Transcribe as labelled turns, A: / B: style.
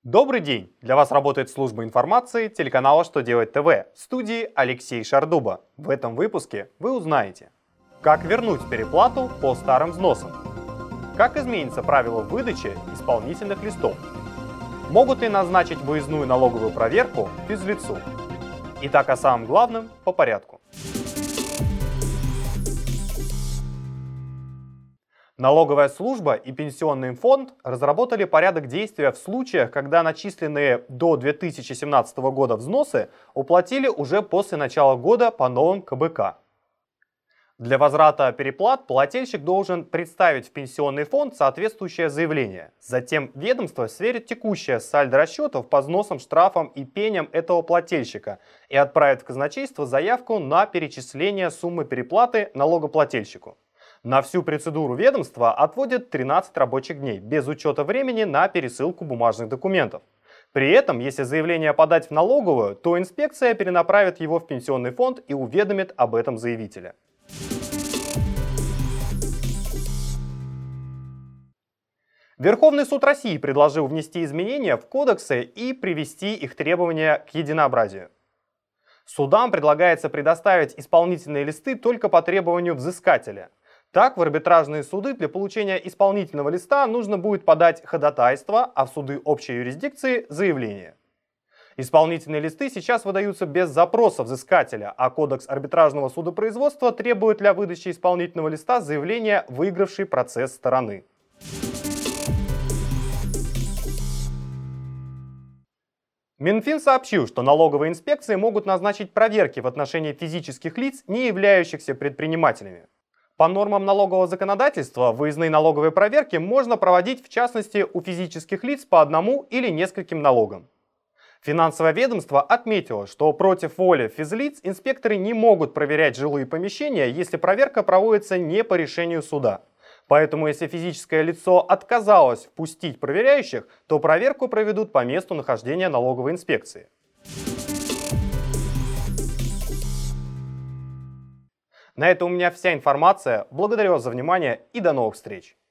A: Добрый день! Для вас работает служба информации телеканала «Что делать ТВ» в студии Алексей Шардуба. В этом выпуске вы узнаете, как вернуть переплату по старым взносам, как изменится правило выдачи исполнительных листов, могут ли назначить выездную налоговую проверку физлицу. Итак, о самом главном по порядку. Налоговая служба и Пенсионный фонд разработали порядок действия в случаях, когда начисленные до 2017 года взносы уплатили уже после начала года по новым КБК. Для возврата переплат плательщик должен представить в Пенсионный фонд соответствующее заявление. Затем ведомство сверит текущее сальдо расчетов по взносам, штрафам и пеням этого плательщика и отправит в казначейство заявку на перечисление суммы переплаты налогоплательщику. На всю процедуру ведомство отводит 13 рабочих дней, без учета времени на пересылку бумажных документов. При этом, если заявление подать в налоговую, то инспекция перенаправит его в Пенсионный фонд и уведомит об этом заявителя. Верховный суд России предложил внести изменения в кодексы и привести их требования к единообразию. Судам предлагается предоставить исполнительные листы только по требованию взыскателя. Так, в арбитражные суды для получения исполнительного листа нужно будет подать ходатайство, а в суды общей юрисдикции – заявление. Исполнительные листы сейчас выдаются без запроса взыскателя, а Кодекс арбитражного судопроизводства требует для выдачи исполнительного листа заявления выигравшей процесс стороны. Минфин сообщил, что налоговые инспекции могут назначить проверки в отношении физических лиц, не являющихся предпринимателями. По нормам налогового законодательства выездные налоговые проверки можно проводить в частности у физических лиц по одному или нескольким налогам. Финансовое ведомство отметило, что против воли физлиц инспекторы не могут проверять жилые помещения, если проверка проводится не по решению суда. Поэтому если физическое лицо отказалось впустить проверяющих, то проверку проведут по месту нахождения налоговой инспекции. На этом у меня вся информация. Благодарю вас за внимание и до новых встреч!